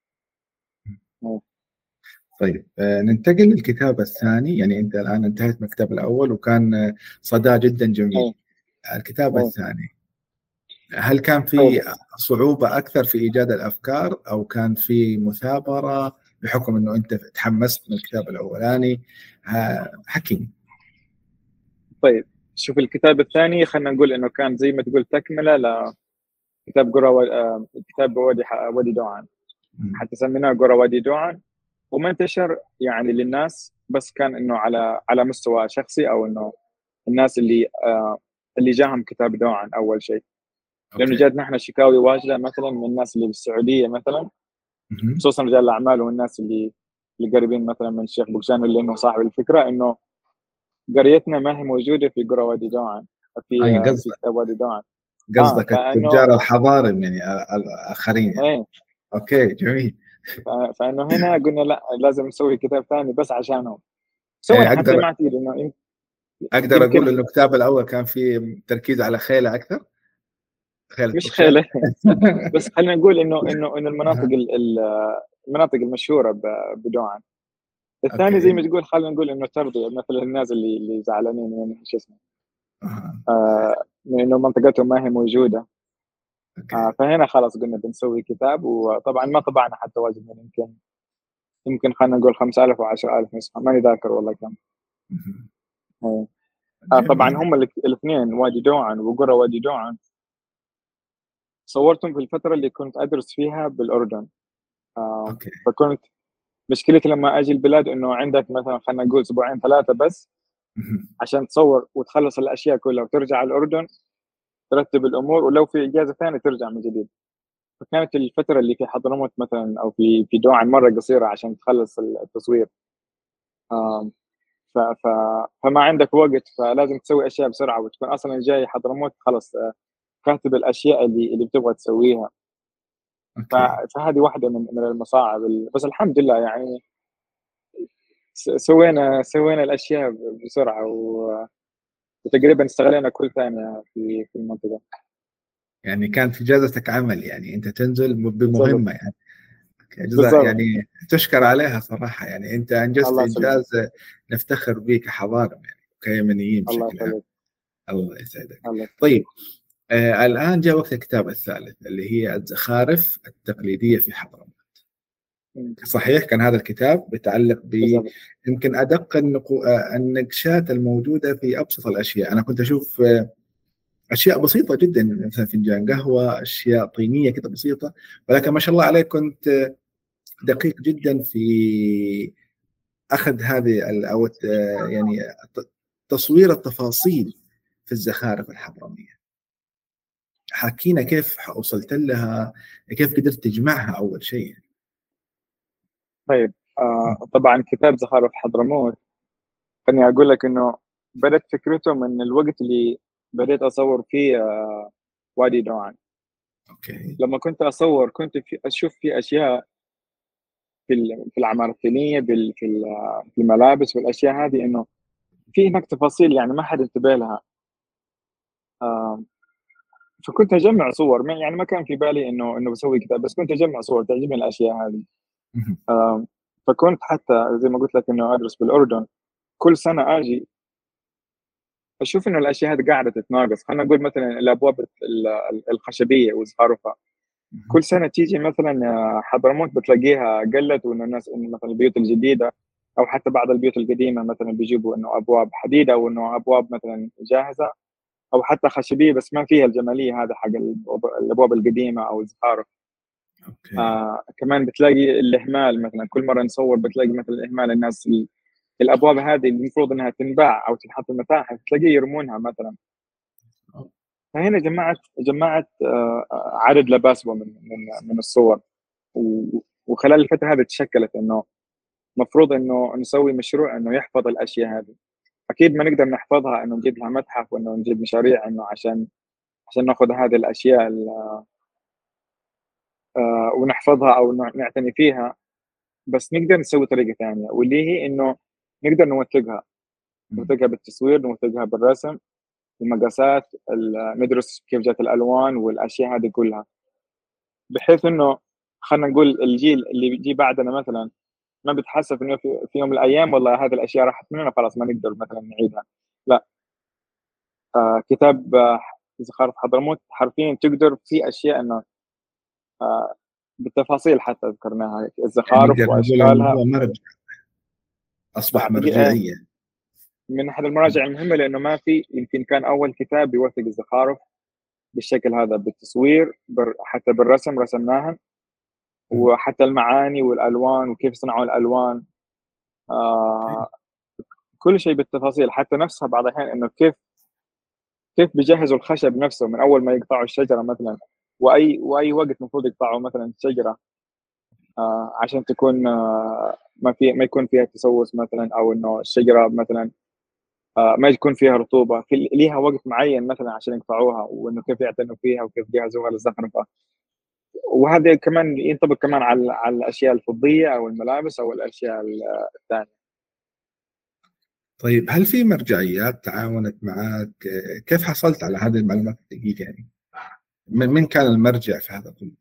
طيب، ننتقل للكتاب الثاني. يعني انت الان انتهيت من الكتاب الاول وكان صدى جدا جميل. اي الكتاب اي الثاني، هل كان طيب. في صعوبة أكثر في إيجاد الأفكار، أو كان في مثابرة بحكم أنه أنت تحمست من الكتاب الأولاني؟ حكيم. طيب شوف الكتاب الثاني، خلينا نقول انه كان زي ما تقول تكمله لكتاب قرى كتاب وادي دوعان. حتى سميناه قرى وادي دوعان، وما انتشر يعني للناس، بس كان انه على مستوى شخصي، او انه الناس اللي جاهم كتاب دوعان اول شيء. لانه أوكي. جاتنا احنا شكاوي واجده مثلا من الناس اللي بالسعوديه مثلا، مهم. خصوصا رجال الاعمال والناس اللي قريبين مثلا من الشيخ بوكشان، اللي انه صاحب الفكره، انه قريتنا ما هي موجوده في قرى وادي دوعان، أي في كتاب وادي دوعان. قصدك فانه التجار الحضاري يعني الآخرين يعني. ايه أوكي، جميل. فانه هنا قلنا لا، لازم نسوي كتاب ثاني بس عشانهم. سوينا يعني حتى أقدر مع كثير انه أقدر أقول يمكن إنه الكتاب الأول كان فيه تركيز على خيلة أكثر، خيلة مش بوكشان. خيله بس خلينا نقول انه المناطق المناطق المشهوره بدوعا. الثاني زي أوكي. ما تقول، خلينا نقول انه ترضيه مثل الناس اللي زعلانين من شو اسمه، أها. من انه منطقتهم ما هي موجوده. أوكي. فهنا خلاص قلنا بنسوي كتاب، وطبعا ما طبعنا حتى واجد، من يمكن خلينا نقول 5000 او 10000 نسخه، ماني ذاكر والله كم. مهم. إيه. طبعا جميل. هم الاثنين وادي دوعن وقرى وادي دوعن صورتهم في الفتره اللي كنت ادرس فيها بالاردن. أوكي. فكنت مشكلتي لما اجي البلاد انه عندك مثلا خلينا نقول اسبوعين ثلاثه بس مهم. عشان تصور وتخلص الاشياء كلها وترجع الاردن ترتب الامور، ولو في اجازه ثانيه ترجع من جديد. فكانت الفتره اللي في حضرموت مثلا او في دوعا مره قصيره عشان تخلص التصوير. آم، ف ف فما عندك وقت، فلازم تسوي اشياء بسرعه، وتكون اصلا جاي حضرموت خلص كاتب الاشياء اللي بتبغى تسويها. أوكي. فهذه واحده من المصاعب، بس الحمد لله يعني سوينا الاشياء بسرعه وتقريبا استغلينا كل ثانيه في المنطقه. يعني كانت إجازتك عمل، يعني أنت تنزل بالضبط. بمهمة يعني. بالضبط. يعني تشكر عليها صراحة، يعني أنت أنجزت الله يسلمك. إنجاز نفتخر به كحضارة يعني كيمنيين الله بشكل عام. يخليك. الله يسعدك. الله يسلمك. طيب، الآن جاء وقت الكتاب الثالث اللي هي الزخارف التقليدية في حضرموت. صحيح كان هذا الكتاب بيتعلق بالضبط. يمكن أدق النقشات الموجودة في أبسط الأشياء. أنا كنت أشوف أشياء بسيطة جدا، مثلا فنجان قهوة، أشياء طينية كده بسيطة، ولكن ما شاء الله عليك كنت دقيق جدا في أخذ هذه أو يعني تصوير التفاصيل في الزخارف الحضرمية. حكينا كيف وصلت لها، كيف قدرت تجمعها أول شيء. طيب، طبعا كتاب زخارف حضرموت، خليني اقول لك انه بدات فكرته من الوقت اللي بديت اصور فيه وادي نوعا. أوكي. لما كنت اصور كنت اشوف في اشياء في العمارة الطينية، في الملابس والاشياء هذه، انه في هناك تفاصيل يعني ما حد انتبه لها. آه، فكنت اجمع صور، يعني ما كان في بالي انه بسوي كتاب، بس كنت اجمع صور تعجبني الاشياء هذه. آه، فكنت حتى زي ما قلت لك انه ادرس بالاردن، كل سنه اجي اشوف انه الاشياء هذه قاعده تتناقص. خلينا نقول مثلا الابواب الخشبيه وزخارفها، كل سنه تيجي مثلا حضرموت بتلاقيها قلت، وانه الناس انه مثلا البيوت الجديده او حتى بعض البيوت القديمه مثلا بيجيبوا انه ابواب حديده، او انه ابواب مثلا جاهزه، او حتى خشبيه بس ما فيها الجماليه هذا حق الابواب القديمه او الزخارف. أوكي. كمان بتلاقي الاهمال، مثلا كل مره نصور بتلاقي مثلا اهمال الناس الابواب هذه اللي المفروض انها تنباع او تنحط في المتاحف تلاقيه يرمونها مثلا. فهنا جمعت عدد لا باس به من الصور. وخلال الفتره هذه تشكلت انه مفروض انه نسوي مشروع انه يحفظ الاشياء هذه. اكيد ما نقدر نحفظها انه نجيب لها متحف، وانه نجيب مشاريع انه عشان ناخذ هذه الاشياء ونحفظها او نعتني فيها. بس نقدر نسوي طريقه ثانيه، واللي هي انه نقدر نوثقها بالتصوير، نوثقها بالرسم، المقاسات، ندرس كيف جات الالوان والاشياء هذه كلها، بحيث انه خلينا نقول الجيل اللي بيجي بعدنا مثلا ما بتحسب انه في يوم من الايام والله هذه الاشياء راحت مننا خلاص ما نقدر مثلا نعيدها. لا، كتاب زخارف حضرموت حرفيا تقدر في اشياء انه بالتفاصيل حتى ذكرناها، يعني الزخارف نقدر نقول واشكالها. الموضوع مرجع، أصبح مرجعية. من احد المراجع المهمه، لانه ما في، يمكن كان اول كتاب يوثق الزخارف بالشكل هذا، بالتصوير، حتى بالرسم رسمناها، وحتى المعاني والالوان وكيف صنعوا الالوان. آه كل شيء بالتفاصيل، حتى نفسها بعض الاحيان انه كيف بيجهزوا الخشب نفسه من اول ما يقطعوا الشجره مثلا، واي وقت المفروض يقطعوا مثلا الشجره عشان تكون ما يكون فيها تسوس مثلا، او انه الشجره مثلا ما يكون فيها رطوبه، ليها وقت معين مثلا عشان يقطعوها، وانه كيف يعتنوا فيها وكيف يجهزوها للزخرفه. وهذا كمان ينطبق كمان على الاشياء الفضيه او الملابس او الاشياء الثانيه. طيب، هل في مرجعيات تعاونت معك؟ كيف حصلت على هذه المعلومات الدقيقة يعني؟ من كان المرجع في هذا كله؟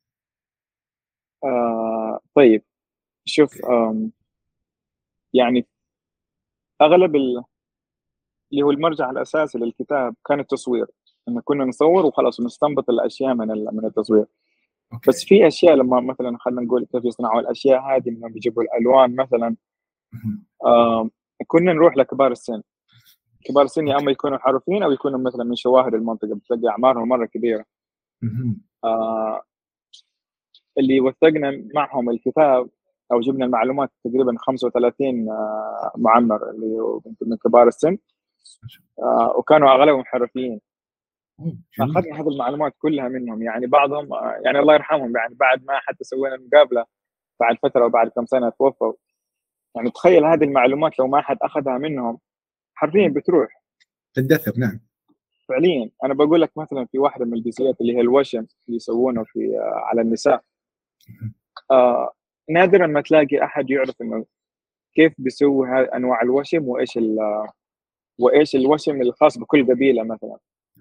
طيب، شوف، يعني اغلب اللي هو المرجع الاساسي للكتاب كان التصوير، انه كنا نصور وخلاص ونستنبط الاشياء من التصوير. بس أوكي. في اشياء لما مثلا خلينا نقول كيف يصنعوا الاشياء هذه، انهم بيجيبوا الالوان مثلا. آه كنا نروح لكبار السن. كبار السن يا أوكي. اما يكونوا حرفيين او يكونوا مثلا من شواهد المنطقه، بتلاقي اعمارهم مره كبيره. آه اللي وثقنا معهم الكتاب او جبنا المعلومات تقريبا 35 معمر اللي هو من كبار السن، وكانوا اغلبهم حرفيين. جميل. اخذنا هذه المعلومات كلها منهم، يعني بعضهم يعني الله يرحمهم، يعني بعد ما حتى سوينا المقابله بعد فتره وبعد كم سنه توفوا. يعني تخيل هذه المعلومات لو ما حد اخذها منهم حرفيا بتروح. تندثر، نعم. فعليا انا بقول لك مثلا في واحده من الجنسيات اللي هي الوشم اللي يسوونه في على النساء، آه نادرا ما تلاقي احد يعرف انه كيف بيسوي انواع الوشم، وايش وايش الوشم الخاص بكل قبيله مثلا.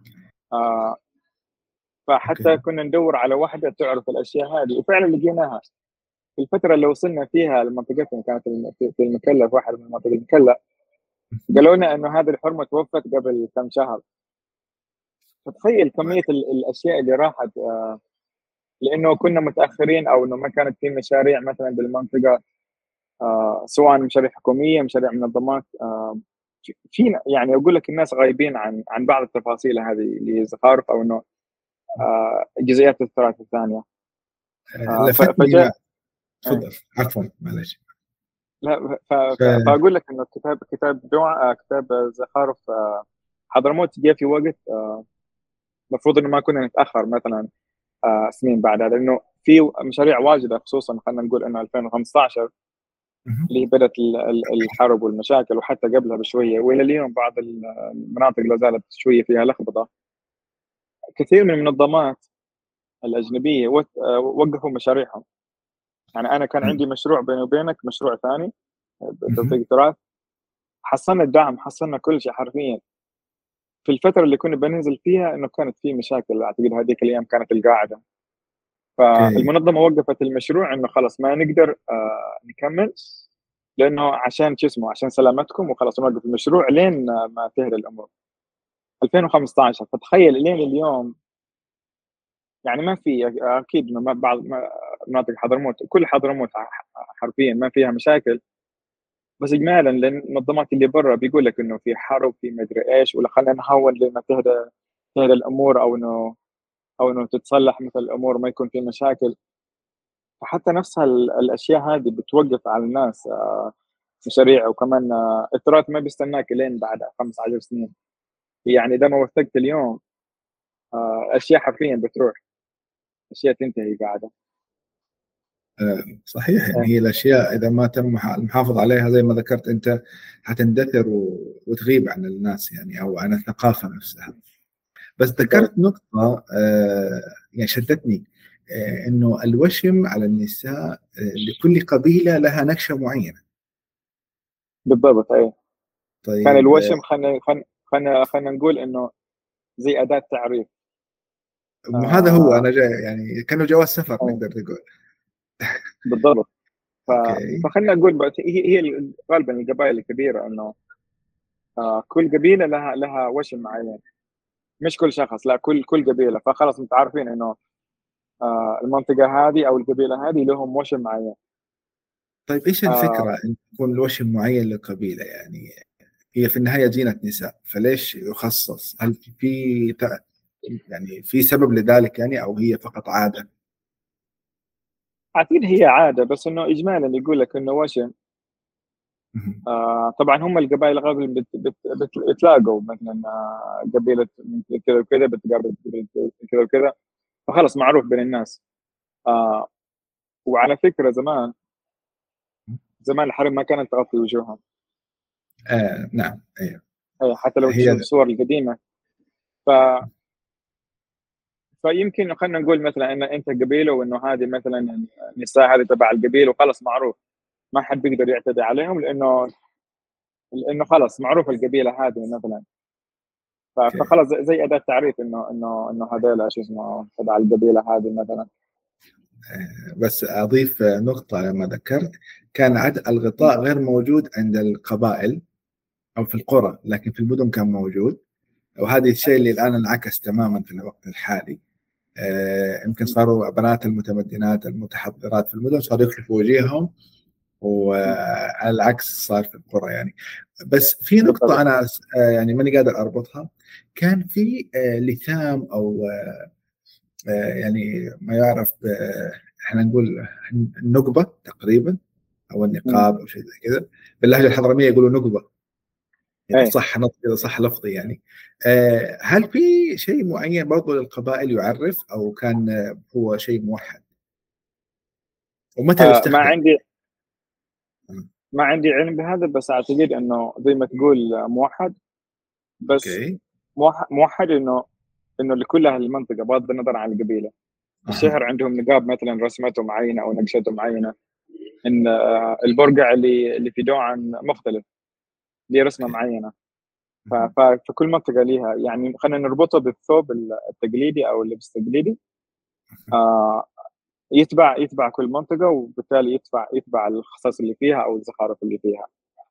فحتى كنا ندور على واحده تعرف الاشياء هذه، وفعلا لقيناها. في الفتره اللي وصلنا فيها لمنطقتهم كانت في المكلا، في واحد من مناطق المكلا، قالوا لنا انه هذه الحرمه توفت قبل كم شهر. فتخيل كميه الاشياء اللي راحت، لانه كنا متاخرين، او انه ما كانت في مشاريع مثلا بالمنطقه، سواء مشاريع حكوميه، مشاريع منظمات. في يعني اقول لك الناس غايبين عن بعض التفاصيل هذه اللي زخارف، او انه جزئيات التراث الثانيه. لفتني فجاء تفضل، عفوا معلش. لا فاقول لك انه كتاب جوع، كتاب زخارف حضرموت جاء في وقت المفروض انه ما كنا نتاخر مثلا سنين بعد هذا، لانه في مشاريع واجده، خصوصا خلينا نقول انه 2015 اللي بدات الحرب والمشاكل، وحتى قبلها بشويه والى اليوم بعض المناطق لا زالت شويه فيها لخبطه. كثير من المنظمات الاجنبيه وقفوا مشاريعهم. يعني انا كان عندي مشروع بيني وبينك، مشروع ثاني توثيق تراث، حصلنا الدعم، حصلنا كل شيء حرفيا. في الفتره اللي كنا بننزل فيها انه كانت في مشاكل، اعتقد هذيك الايام كانت القاعده، فالمنظمه وقفت المشروع انه خلاص ما نقدر نكمل، لانه عشان شو اسمه، عشان سلامتكم، وخلاص نوقف المشروع لين ما تهدى الامور. 2015، فتخيل لين اليوم يعني ما في، اكيد انه بعض مناطق حضرموت، كل حضرموت حرفيا ما فيها مشاكل، بس اجمالا لان المنظمات اللي برا بيقول لك انه في حرب، في مدري ايش، ولا خلينا نهون لما تهدى الامور، او انه تتصلح مثل الامور، ما يكون في مشاكل. فحتى نفس الاشياء هذه بتوقف على الناس مشاريع. وكمان التراث ما بيستناك لين بعد 15 سنين، يعني اذا ما وثقت اليوم اشياء حرفيا بتروح، اشياء تنتهي قاعده. صحيح، يعني هي الاشياء اذا ما تم المحافظه عليها زي ما ذكرت انت حتندثر وتغيب عن الناس، يعني او عن الثقافه نفسها. بس ذكرت نقطه يعني شدتني، انه الوشم على النساء لكل قبيله لها نكشه معينه. بالضبط، اي. كان طيب، الوشم خلينا نقول انه زي اداه تعريف. هذا هو انا جاي يعني كانه جواز سفر نقدر نقول. بالضبط. اوكي. فخلينا نقول هي غالبا القبائل الكبيره، انه كل قبيله لها وشم معين، مش كل شخص، لا كل قبيله. فخلاص متعارفين انه المنطقه هذه او القبيله هذه لهم وشم معين. طيب ايش الفكره ان يكون الوشم معين للقبيله؟ يعني هي في النهايه زينه نساء، فليش يخصص؟ هل يعني في سبب لذلك يعني، او هي فقط عاده؟ اعتقد هي عاده، بس انه اجمالا يقول لك انه وشم. طبعا هم القبائل غالبا بتلاقوا مثلا قبيله كذا وكذا بتقابل كذا وكذا، فخلص معروف بين الناس. وعلى فكره زمان الحرب ما كانت تغطي وجوههم. نعم، ايوه. حتى لو تشوف هي الصور القديمه. ف فيمكن خلينا نقول مثلا ان انت قبيله، وانه هذه مثلا النساء هذه تبع القبيله، وخلص معروف، ما حد بيقدر يعتدي عليهم، لانه خلص معروف القبيله هذه مثلا. فخلص زي اداه تعريف انه هذول شو اسمه تبع القبيله هذه مثلا. بس اضيف نقطه لما ذكرت، كان الغطاء غير موجود عند القبائل او في القرى، لكن في المدن كان موجود. وهذا الشيء اللي الان انعكس تماما في الوقت الحالي. يمكن صاروا بنات المتمدنات المتحضرات في المدن صاروا يكشفوا وجيههم، وعلى العكس صار في القرى يعني. بس في نقطة أنا يعني ماني قادر أربطها. كان في لثام أو يعني ما يعرف احنا نقول النقبة تقريبا، أو النقاب أو شيء زي كذا. باللهجة الحضرمية يقولوا نقبة، إذا صح نطق، إذا صح لفظي يعني. هل في شيء معين برضو للقبائل يعرف، أو كان هو شيء موحد؟ ومتى يستخدم؟ ما عندي علم بهذا، بس اعتقد انه زي ما تقول موحد. بس أوكي. موحد انه لكل اهل المنطقه بغض النظر عن القبيله. الشهر عندهم نقاب مثلا رسمته معينه او نقشته معينه. ان البرقع اللي في دوعن مختلف، ليه رسمه معينه. فكل منطقه ليها، يعني خلينا نربطها بالثوب التقليدي او اللبس التقليدي. آه يتبع كل منطقه، وبالتالي يتبع الخصائص اللي فيها او الزخارف اللي فيها.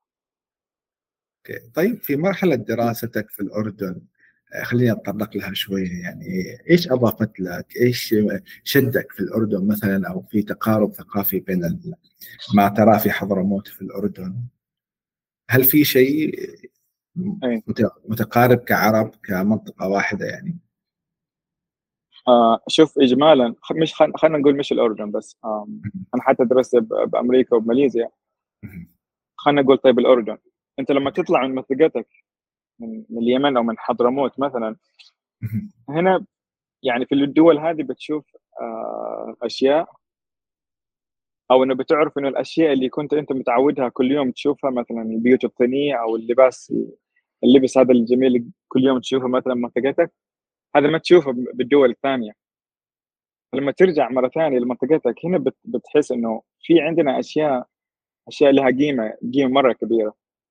طيب في مرحلة دراستك في الأردن، خليني أتطرق لها شوية. يعني إيش أضافت لك؟ إيش شدك في الأردن مثلا، أو في تقارب ثقافي بين ما تراه في حضرموت في الأردن؟ هل في شيء أي. متقارب كعرب كمنطقة واحدة يعني؟ شوف اجمالا، مش خلينا نقول مش الاردن بس. انا حتى درست بامريكا وبماليزيا. خلينا نقول طيب الاردن، انت لما تطلع من منطقتك، من اليمن او من حضرموت مثلا، هنا يعني في الدول هذه بتشوف اشياء، او انه بتعرف انه الاشياء اللي كنت انت متعودها كل يوم تشوفها، مثلا البيوت الطينيه او اللبس هذا الجميل اللي كل يوم تشوفه مثلا منطقتك، هذا ما تشوفه بالدول الثانيه. لما ترجع مره ثانيه لمنطقتك هنا بتحس انه في عندنا اشياء لها قيمه مره كبيره.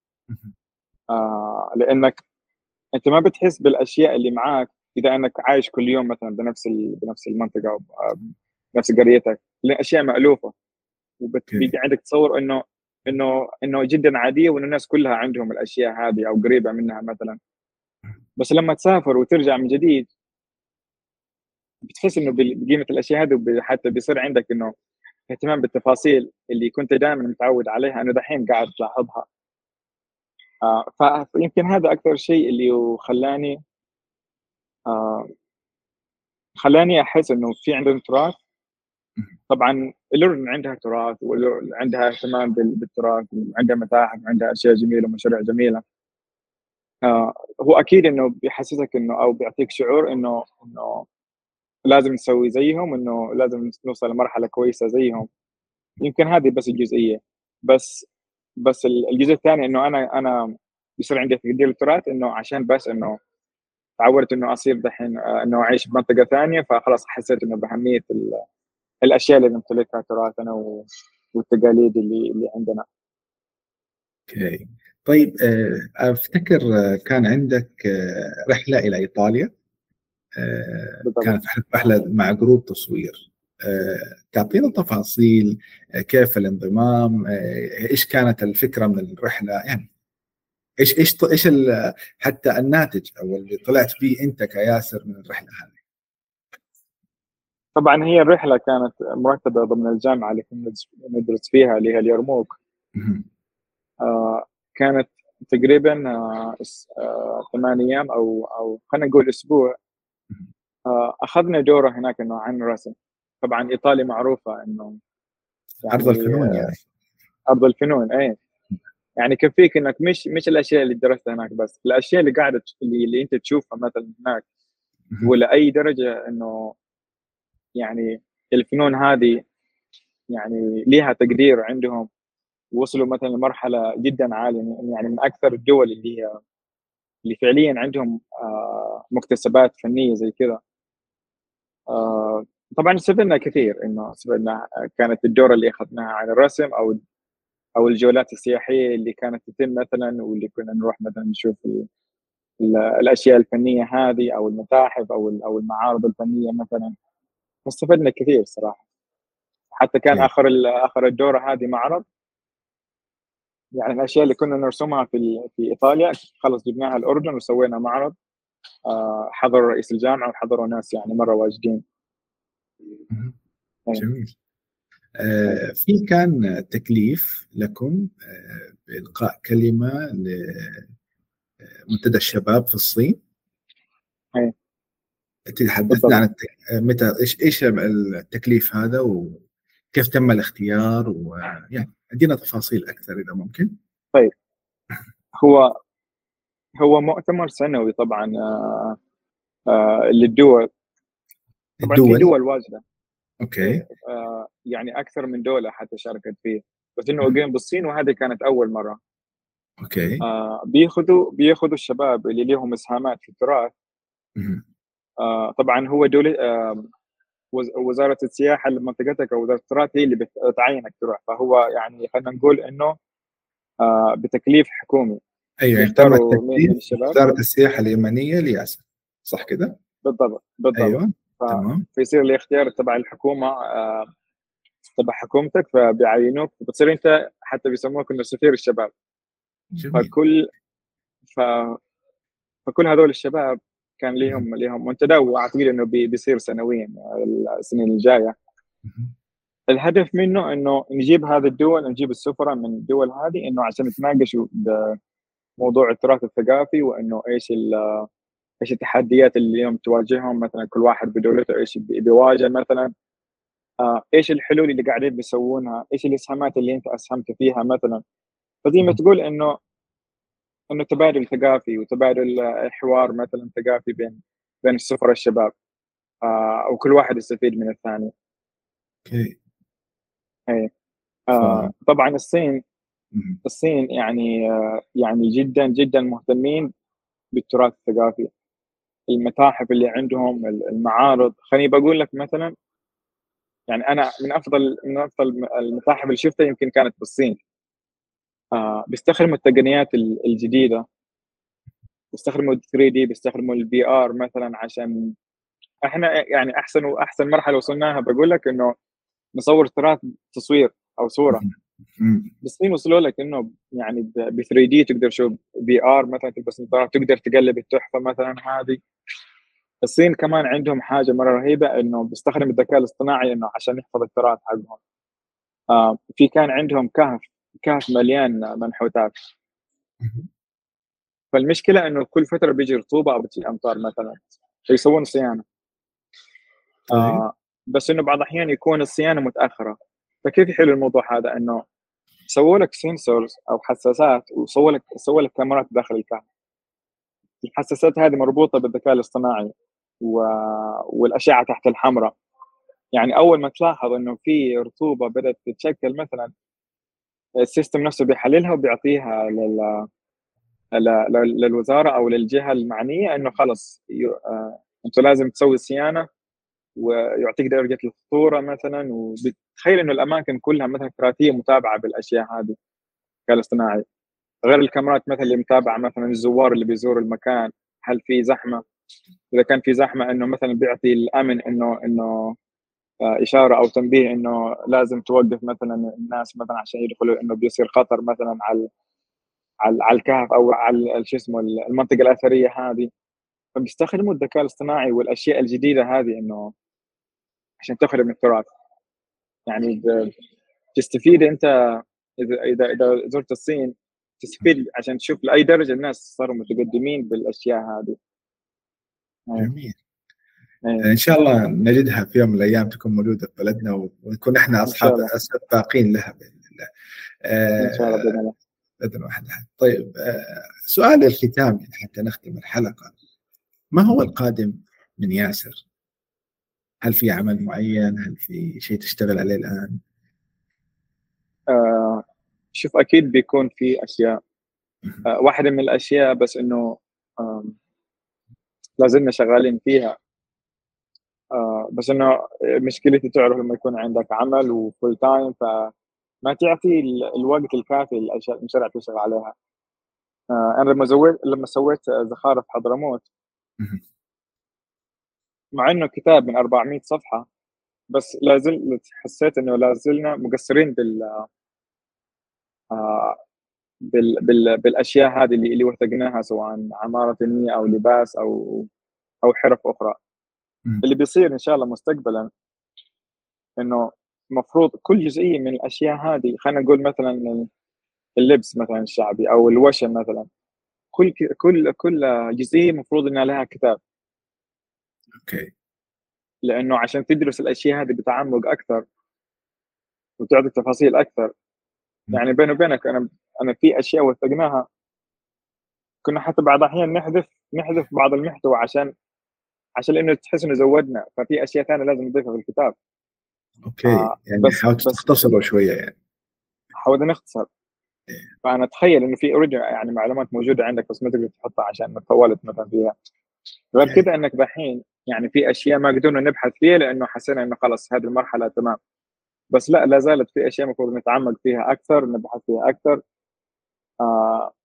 لانك انت ما بتحس بالاشياء اللي معاك اذا انك عايش كل يوم مثلا بنفس المنطقه او بنفس قريتك، لان اشياء مالوفه، وبيجي عندك تصور انه جدا عاديه، وان الناس كلها عندهم الاشياء هذه او قريبه منها مثلا. بس لما تسافر وترجع من جديد بتحس انه بقيمه الاشياء هذه، وحتى بيصير عندك انه اهتمام بالتفاصيل اللي كنت دائما متعود عليها، انه دحين قاعد تلاحظها. فيمكن هذا اكثر شيء اللي آه خلاني احس انه في عندنا تراث. طبعا الأردن عندها تراث، وعندها اهتمام بالتراث، وعندها متاحف، وعندها اشياء جميله ومشاريع جميله. هو اكيد انه بيحسسك انه، او بيعطيك شعور انه لازم نسوي زيهم، انه لازم نوصل لمرحله كويسه زيهم. يمكن هذه بس الجزئيه. بس الجزء الثاني انه انا بيصير عندي تقدير للتراث، انه عشان بس انه تعودت انه اصير دحين انه اعيش بمنطقه ثانيه، فخلاص حسيت انه باهميه الاشياء اللي نمتلكها تراثنا والتقاليد اللي عندنا. اوكي. طيب افتكر كان عندك رحله الى ايطاليا، بالضبط. كانت رحله مع جروب تصوير. تعطينا تفاصيل كيف الانضمام، ايش كانت الفكره من الرحله يعني؟ ايش حتى الناتج او اللي طلعت به انت كياسر من الرحله هذه؟ طبعا هي الرحله كانت مرتبه ضمن الجامعه اللي كنا ندرس فيها، اللي هي اليرموك. كانت تقريبا 8 ايام او خلينا نقول اسبوع. اخذنا دوره هناك انه عن الرسم. طبعا ايطاليا معروفه انه ارض يعني الفنون يعني. ارض الفنون. اي يعني كفيك انك مش الاشياء اللي درستها هناك بس، الاشياء اللي قاعده اللي انت تشوفها مثلا هناك، ولا اي درجه انه يعني الفنون هذه يعني ليها تقدير عندهم. وصلوا مثلا لمرحله جدا عاليه، يعني من اكثر الدول اللي فعليا عندهم مكتسبات فنيه زي كذا. طبعا استفدنا كثير، انه استفدنا. كانت الدوره اللي اخذناها عن الرسم، او الجولات السياحيه اللي كانت تتم مثلا، واللي كنا نروح مثلا نشوف الاشياء الفنيه هذه، او المتاحف او المعارض الفنيه مثلا. استفدنا كثير صراحه. حتى كان اوكي. اخر الدوره هذه معرض، يعني الاشياء اللي كنا نرسمها في ايطاليا خلص جبناها الاردن وسوينا معرض. حضر رئيس الجامعه وحضروا ناس يعني مره واجدين. أي. جميل. أي. في كان تكليف لكم بإلقاء كلمة لمنتدى الشباب في الصين. أي. تحدثنا بالضبط. عن متى، ايش التكليف هذا، وكيف تم الاختيار، ويعني ادينا تفاصيل اكثر اذا ممكن. طيب، هو مؤتمر سنوي طبعا للدول. طبعا في الدول. دول واجده. اوكي. ايه يعني اكثر من دوله حتى شاركت فيه، بس انه اقيم بالصين، وهذه كانت اول مره. اوكي. بياخذوا الشباب اللي لهم اسهامات في التراث. طبعا هو دوله وزاره السياحه لمنطقتك او وزاره التراث هي اللي بتعينك تروح. فهو يعني خلينا نقول انه بتكليف حكومي. ايوه، يعني تم يختاروا مين من التكليف الشباب. بوزارة السياحة اليمنية لياسر، صح كده؟ بالضبط بالضبط. ايوه تمام. فيصير الاختيار تبع الحكومه، تبع حكومتك، فبيعينوك وبتصير انت حتى بيسموك انه سفير الشباب. جميل. فكل ف... فكل هذول الشباب كان ليهم منتدى، واعتقد انه بيصير سنويا السنين الجايه. الهدف منه انه نجيب هذه الدول، نجيب السفراء من الدول هذه، انه عشان يتناقشوا بموضوع التراث الثقافي، وانه ايش التحديات اللي اليوم تواجههم، مثلا كل واحد بدولته ايش بيواجه مثلا، ايش الحلول اللي قاعدين بيسوونها، ايش الاسهامات اللي انت اسهمت فيها مثلا. فزي ما تقول انه تبادل ثقافي وتبادل حوار مثلا ثقافي بين السفراء الشباب، وكل واحد يستفيد من الثاني. اوكي. اي. ف طبعا الصين يعني جدا جدا مهتمين بالتراث الثقافي. المتاحف اللي عندهم، المعارض، خليني بقول لك مثلا، يعني انا من افضل المتاحف اللي شفتها يمكن كانت بالصين. بيستخدموا التقنيات الجديده، بيستخدموا 3 دي، بيستخدموا الفي ار مثلا، عشان احنا يعني احسن مرحله وصلناها بقول لك انه نصور تراث تصوير او صوره. بالصين وصلوا لك انه يعني ب 3 دي تقدر تشوف، في ار مثلا تلبس نظاره تقدر تقلب التحفه مثلا هذه. الصين كمان عندهم حاجه مره رهيبه، انه بيستخدم الذكاء الاصطناعي انه عشان يحفظ التراث حقهم. كان عندهم كهف مليان منحوتات. فالمشكله انه كل فتره بيجي رطوبه او بتجي امطار مثلا، فيسوون صيانه. طيب. بس انه بعض الاحيان يكون الصيانه متاخره. فكيف يحل الموضوع هذا؟ انه سووا لك سنسورز او حساسات، سووا لك كاميرات داخل الكهف. الحساسات هذه مربوطه بالذكاء الاصطناعي و... والاشعه تحت الحمراء. يعني اول ما تلاحظ انه في رطوبه بدات تتشكل مثلا، السيستم نفسه بيحللها وبيعطيها للوزاره او للجهه المعنيه، انه خلص انتم لازم تسوي صيانه، ويعطيك درجه الخطوره مثلا. وبتخيل انه الاماكن كلها مثلا تراثيه متابعه بالاشياء هذه، الذكاء الاصطناعي. غير الكاميرات مثلا اللي متابعه مثلا الزوار اللي بيزوروا المكان، هل في زحمه؟ اذا كان في زحمه انه مثلا بيعطي الامن انه اشاره او تنبيه انه لازم توقف مثلا الناس مثلا عشان يدخلوا، انه بيصير خطر مثلا على الكهف او على شو اسمه المنطقه الاثريه هذه. فبيستخدموا الذكاء الاصطناعي والاشياء الجديده هذه انه عشان تخدم التراث. يعني تستفيد انت، اذا زرت الصين تستفيد عشان تشوف لاي درجه الناس صاروا متقدمين بالاشياء هذه. ايه. جميل. ايه. ان شاء الله نجدها في يوم من الايام تكون موجوده في بلدنا، ونكون احنا ان شاء اصحاب الله. سباقين لها باذن الله. ان شاء الله باذن الله. باذن واحده. طيب، سؤال الختام يعني حتى نختم الحلقه، ما هو القادم من ياسر؟ هل في عمل معين؟ هل في شيء تشتغل عليه الان؟ آه شوف، اكيد بيكون في اشياء. واحده من الاشياء بس انه لازلنا شغالين فيها. بس انه مشكلتي تعرف لما يكون عندك عمل وفول تايم، فما تعطي الوقت الكافي للاشياء المشاريع اللي تشتغل عليها. انا لما سويت زخارف في حضرموت، مع انه كتاب من 400 صفحه، بس لازل حسيت انه لازلنا مقصرين آه، بالاشياء هذه اللي وثقناها، سواء عماره بنيه او لباس او حرف اخرى. اللي بيصير ان شاء الله مستقبلا انه المفروض كل جزئيه من الاشياء هذه، خلينا نقول مثلا اللبس مثلا الشعبي او الوشم مثلا، كل جزئيه المفروض انها لها كتاب. اوكي. لانه عشان تدرس الاشياء هذه بتعمق اكثر وتعطي تفاصيل اكثر. يعني بيني وبينك، انا في اشياء وثقناها كنا حتى بعض الاحيان نحذف بعض المحتوى عشان انه تحس انه زودنا، ففي اشياء ثانيه لازم نضيفها في الكتاب. اوكي، يعني بس حاولت بس تختصره شويه يعني. حاولنا نختصر. فانا اتخيل انه في اوريدي يعني معلومات موجوده عندك، بس ما تقدر تحطها عشان طولت مثلا فيها. غير اوكي. كذا انك دحين يعني في اشياء ما قدرنا نبحث فيها لانه حسينا انه خلاص هذه المرحله تمام. بس لا زالت في اشياء المفروض نتعمق فيها اكثر، نبحث فيها اكثر.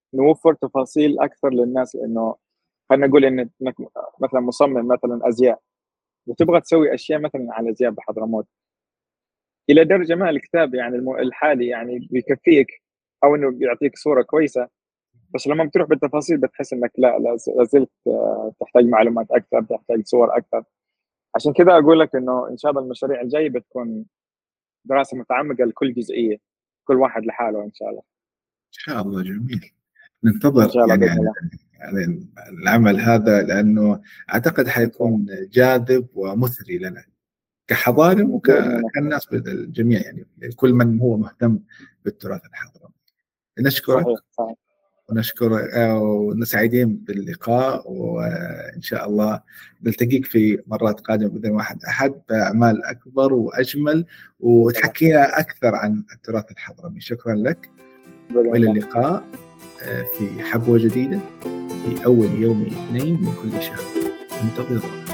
نوفر تفاصيل اكثر للناس، لانه خلينا نقول انك مثلا مصمم مثلا ازياء وتبغى تسوي اشياء مثلا على ازياء بحضرموت، الى درجه ما الكتاب يعني الحالي يعني بيكفيك، او انه بيعطيك صوره كويسه، بس لما بتروح بالتفاصيل بتحس انك لا لازلت تحتاج معلومات اكثر، تحتاج صور اكثر. عشان كذا اقول لك انه ان شاء الله المشاريع الجايه بتكون دراسه متعمقه لكل جزئيه، كل واحد لحاله ان شاء الله. إن شاء الله. جميل. ان ننتظر شاء الله يعني باذن الله. يعني العمل هذا، لأنه أعتقد ان شاء الله حيكون جاذب ومثري لنا كحضارة باذن الله. وكالناس بالجميع، يعني كل من هو مهتم بالتراث الحضاري. نشكرك صحيح صحيح. ونشكر ونسعدين باللقاء، وإن شاء الله نلتقيك في مرات قادمة بإذن واحد أحد بأعمال أكبر وأجمل، وتحكينا أكثر عن التراث الحضرمي. شكرا لك، باذن وإلى الله. اللقاء في حبوة جديدة في أول يوم اثنين من كل شهر. انتظرونا.